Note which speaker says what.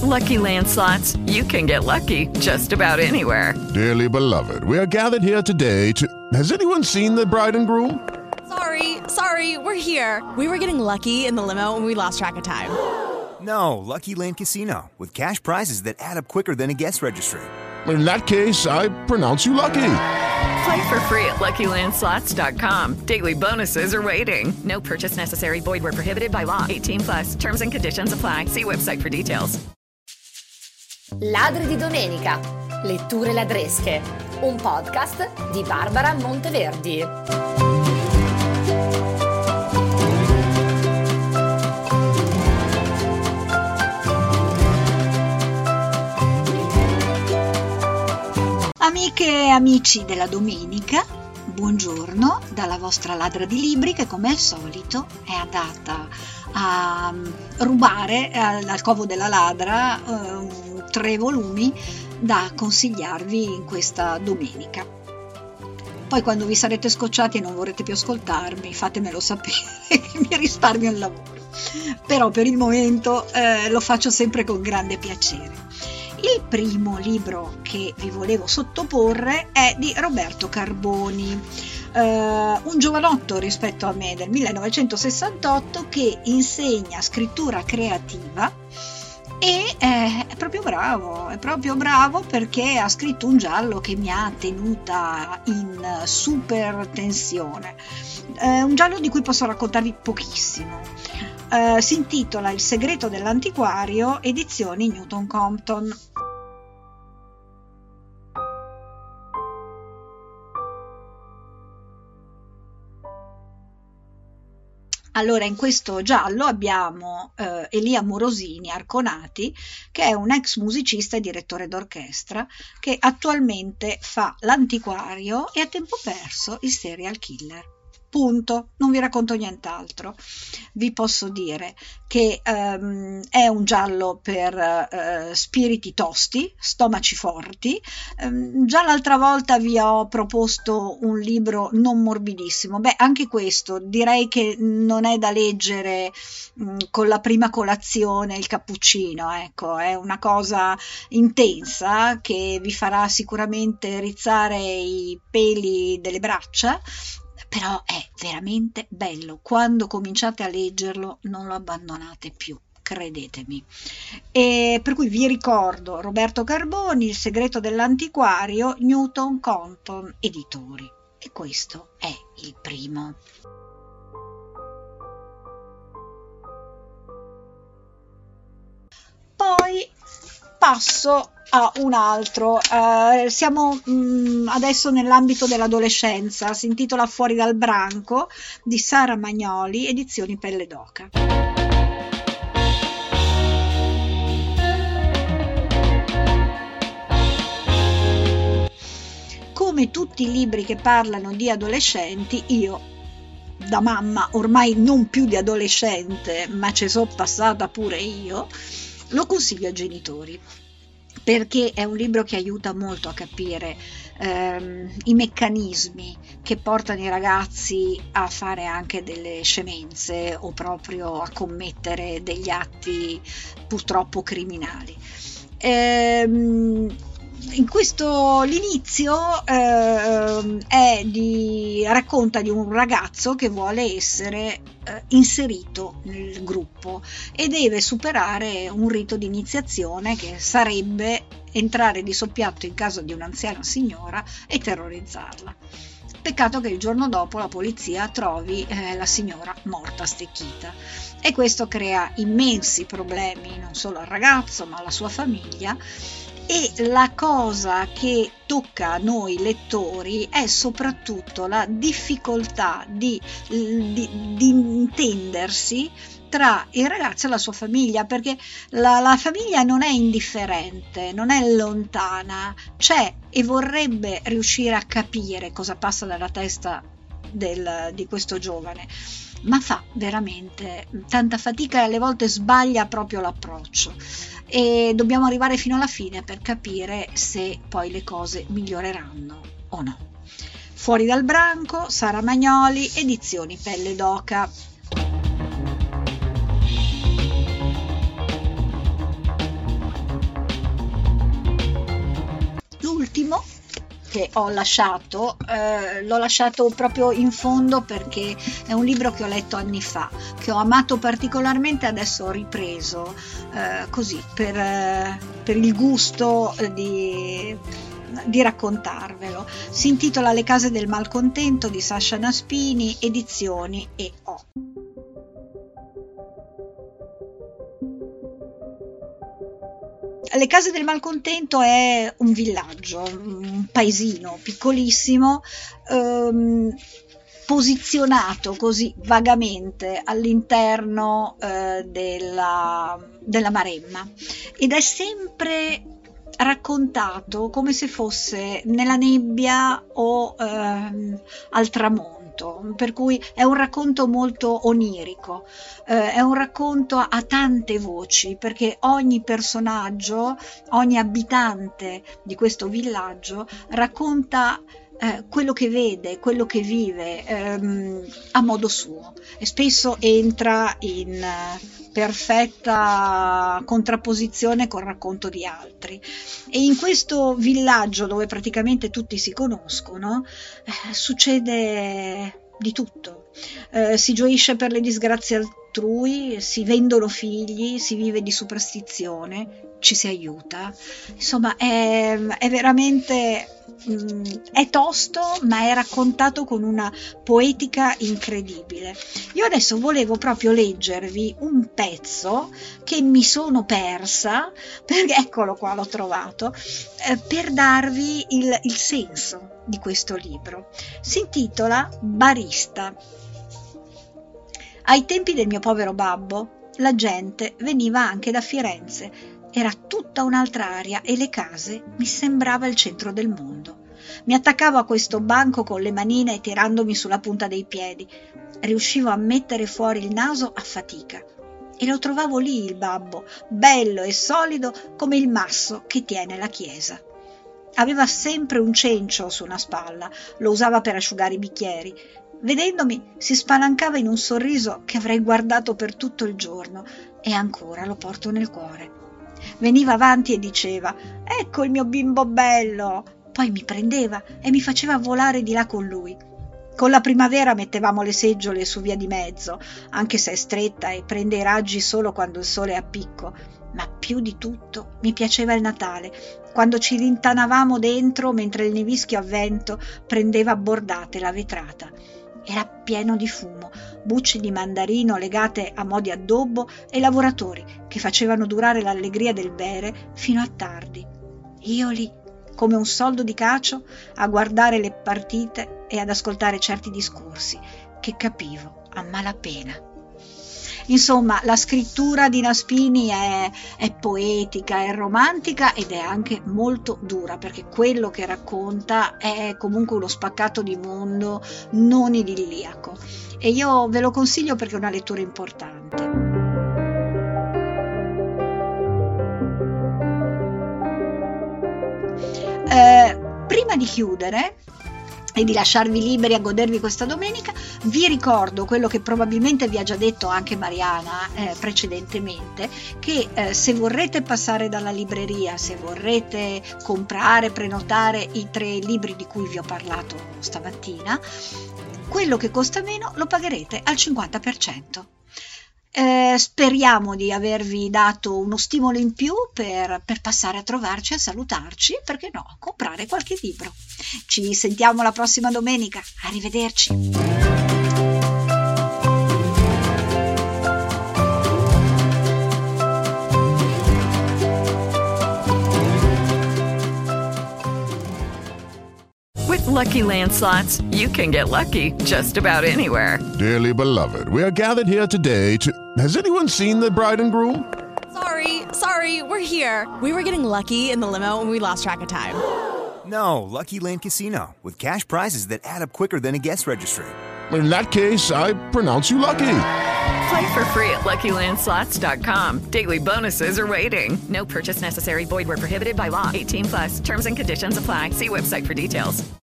Speaker 1: Lucky Land Slots, you can get lucky just about anywhere.
Speaker 2: Dearly beloved, we are gathered here today to... Has anyone seen the bride and groom?
Speaker 3: Sorry, we're here. We were getting lucky in the limo and we lost track of time.
Speaker 4: No, Lucky Land Casino, with cash prizes that add up quicker than a guest registry.
Speaker 2: In that case, I pronounce you lucky.
Speaker 1: Play for free at LuckyLandSlots.com. Daily bonuses are waiting. No purchase necessary. Void where prohibited by law. 18+. Terms and conditions apply. See website for details.
Speaker 5: Ladri di domenica. Letture ladresche. Un podcast di Barbara Monteverdi.
Speaker 6: Amiche e amici della domenica, buongiorno dalla vostra ladra di libri che come al solito è andata a rubare al covo della ladra 3 volumi da consigliarvi in questa domenica. Poi quando vi sarete scocciati e non vorrete più ascoltarmi, fatemelo sapere che mi risparmio il lavoro. Però per il momento lo faccio sempre con grande piacere. Il primo libro che vi volevo sottoporre è di Roberto Carboni, un giovanotto rispetto a me del 1968 che insegna scrittura creativa e è proprio bravo perché ha scritto un giallo che mi ha tenuta in super tensione, un giallo di cui posso raccontarvi pochissimo. Si intitola Il segreto dell'antiquario, edizioni Newton Compton. Allora, in questo giallo abbiamo Elia Morosini Arconati, che è un ex musicista e direttore d'orchestra, che attualmente fa l'antiquario e a tempo perso il serial killer. Punto, non vi racconto nient'altro. Vi posso dire che è un giallo per spiriti tosti, stomaci forti. Già l'altra volta vi ho proposto un libro non morbidissimo. Anche questo direi che non è da leggere con la prima colazione, il cappuccino, ecco, è una cosa intensa che vi farà sicuramente rizzare i peli delle braccia. Però è veramente bello, quando cominciate a leggerlo non lo abbandonate più, credetemi. E per cui vi ricordo Roberto Carboni, Il segreto dell'antiquario, Newton Compton Editori. E questo è il primo. Poi passo a un altro, siamo adesso nell'ambito dell'adolescenza, si intitola Fuori dal branco di Sara Magnoli, edizioni Pelle d'Oca. Come tutti i libri che parlano di adolescenti, io da mamma, ormai non più di adolescente, ma ci sono passata pure io, lo consiglio ai genitori, perché è un libro che aiuta molto a capire i meccanismi che portano i ragazzi a fare anche delle scemenze o proprio a commettere degli atti purtroppo criminali. In questo l'inizio racconta di un ragazzo che vuole essere inserito nel gruppo e deve superare un rito di iniziazione che sarebbe entrare di soppiatto in casa di un'anziana signora e terrorizzarla. Peccato che il giorno dopo la polizia trovi la signora morta stecchita, e questo crea immensi problemi non solo al ragazzo ma alla sua famiglia. E la cosa che tocca a noi lettori è soprattutto la difficoltà di intendersi tra il ragazzo e la sua famiglia, perché la famiglia non è indifferente, non è lontana, c'è e vorrebbe riuscire a capire cosa passa dalla testa di questo giovane, ma fa veramente tanta fatica e alle volte sbaglia proprio l'approccio, e dobbiamo arrivare fino alla fine per capire se poi le cose miglioreranno o no. Fuori dal branco, Sara Magnoli, edizioni Pelle d'Oca. che ho lasciato, l'ho lasciato proprio in fondo perché è un libro che ho letto anni fa, che ho amato particolarmente, adesso ho ripreso così per il gusto di raccontarvelo. Si intitola Le case del malcontento di Sasha Naspini, edizioni E.O. Le case del malcontento è un villaggio, un paesino piccolissimo, posizionato così vagamente all'interno della Maremma, ed è sempre raccontato come se fosse nella nebbia o al tramonto, per cui è un racconto molto onirico, è un racconto a tante voci, perché ogni personaggio, ogni abitante di questo villaggio racconta quello che vede, quello che vive a modo suo, e spesso entra in perfetta contrapposizione col racconto di altri. E in questo villaggio, dove praticamente tutti si conoscono, succede di tutto. Si gioisce per le disgrazie altrui, si vendono figli, si vive di superstizione, ci si aiuta. Insomma, è veramente è tosto, ma è raccontato con una poetica incredibile. Io adesso volevo proprio leggervi un pezzo che mi sono persa, perché eccolo qua, l'ho trovato, per darvi il senso di questo libro. Si intitola Barista. Ai tempi del mio povero babbo, la gente veniva anche da Firenze. Era tutta un'altra aria e le case mi sembrava il centro del mondo. Mi attaccavo a questo banco con le manine tirandomi sulla punta dei piedi. Riuscivo a mettere fuori il naso a fatica. E lo trovavo lì il babbo, bello e solido come il masso che tiene la chiesa. Aveva sempre un cencio su una spalla, lo usava per asciugare i bicchieri. Vedendomi si spalancava in un sorriso che avrei guardato per tutto il giorno, e ancora lo porto nel cuore. Veniva avanti e diceva: «Ecco il mio bimbo bello!» Poi mi prendeva e mi faceva volare di là con lui. Con la primavera mettevamo le seggiole su via di mezzo, anche se è stretta e prende i raggi solo quando il sole è a picco. Ma più di tutto mi piaceva il Natale, quando ci rintanavamo dentro mentre il nevischio a vento prendeva a bordate la vetrata. Era pieno di fumo, bucce di mandarino legate a mo' di addobbo e lavoratori che facevano durare l'allegria del bere fino a tardi. Io lì, come un soldo di cacio, a guardare le partite e ad ascoltare certi discorsi che capivo a malapena. Insomma, la scrittura di Naspini è poetica, è romantica ed è anche molto dura, perché quello che racconta è comunque uno spaccato di mondo non idilliaco, e io ve lo consiglio perché è una lettura importante. Prima di chiudere e di lasciarvi liberi a godervi questa domenica, vi ricordo quello che probabilmente vi ha già detto anche Mariana precedentemente, che se vorrete passare dalla libreria, se vorrete comprare, prenotare i 3 libri di cui vi ho parlato stamattina, quello che costa meno lo pagherete al 50%. Speriamo di avervi dato uno stimolo in più per passare a trovarci, a salutarci e, perché no, a comprare qualche libro. Ci sentiamo la prossima domenica. Arrivederci.
Speaker 1: With Lucky Land Slots, you can get lucky just about anywhere.
Speaker 2: Dearly beloved, we are gathered here today to... Has anyone seen the bride and groom?
Speaker 3: Sorry, we're here. We were getting lucky in the limo and we lost track of time.
Speaker 4: No, Lucky Land Casino, with cash prizes that add up quicker than a guest registry.
Speaker 2: In that case, I pronounce you lucky.
Speaker 1: Play for free at LuckyLandSlots.com. Daily bonuses are waiting. No purchase necessary. Void where prohibited by law. 18+. Terms and conditions apply. See website for details.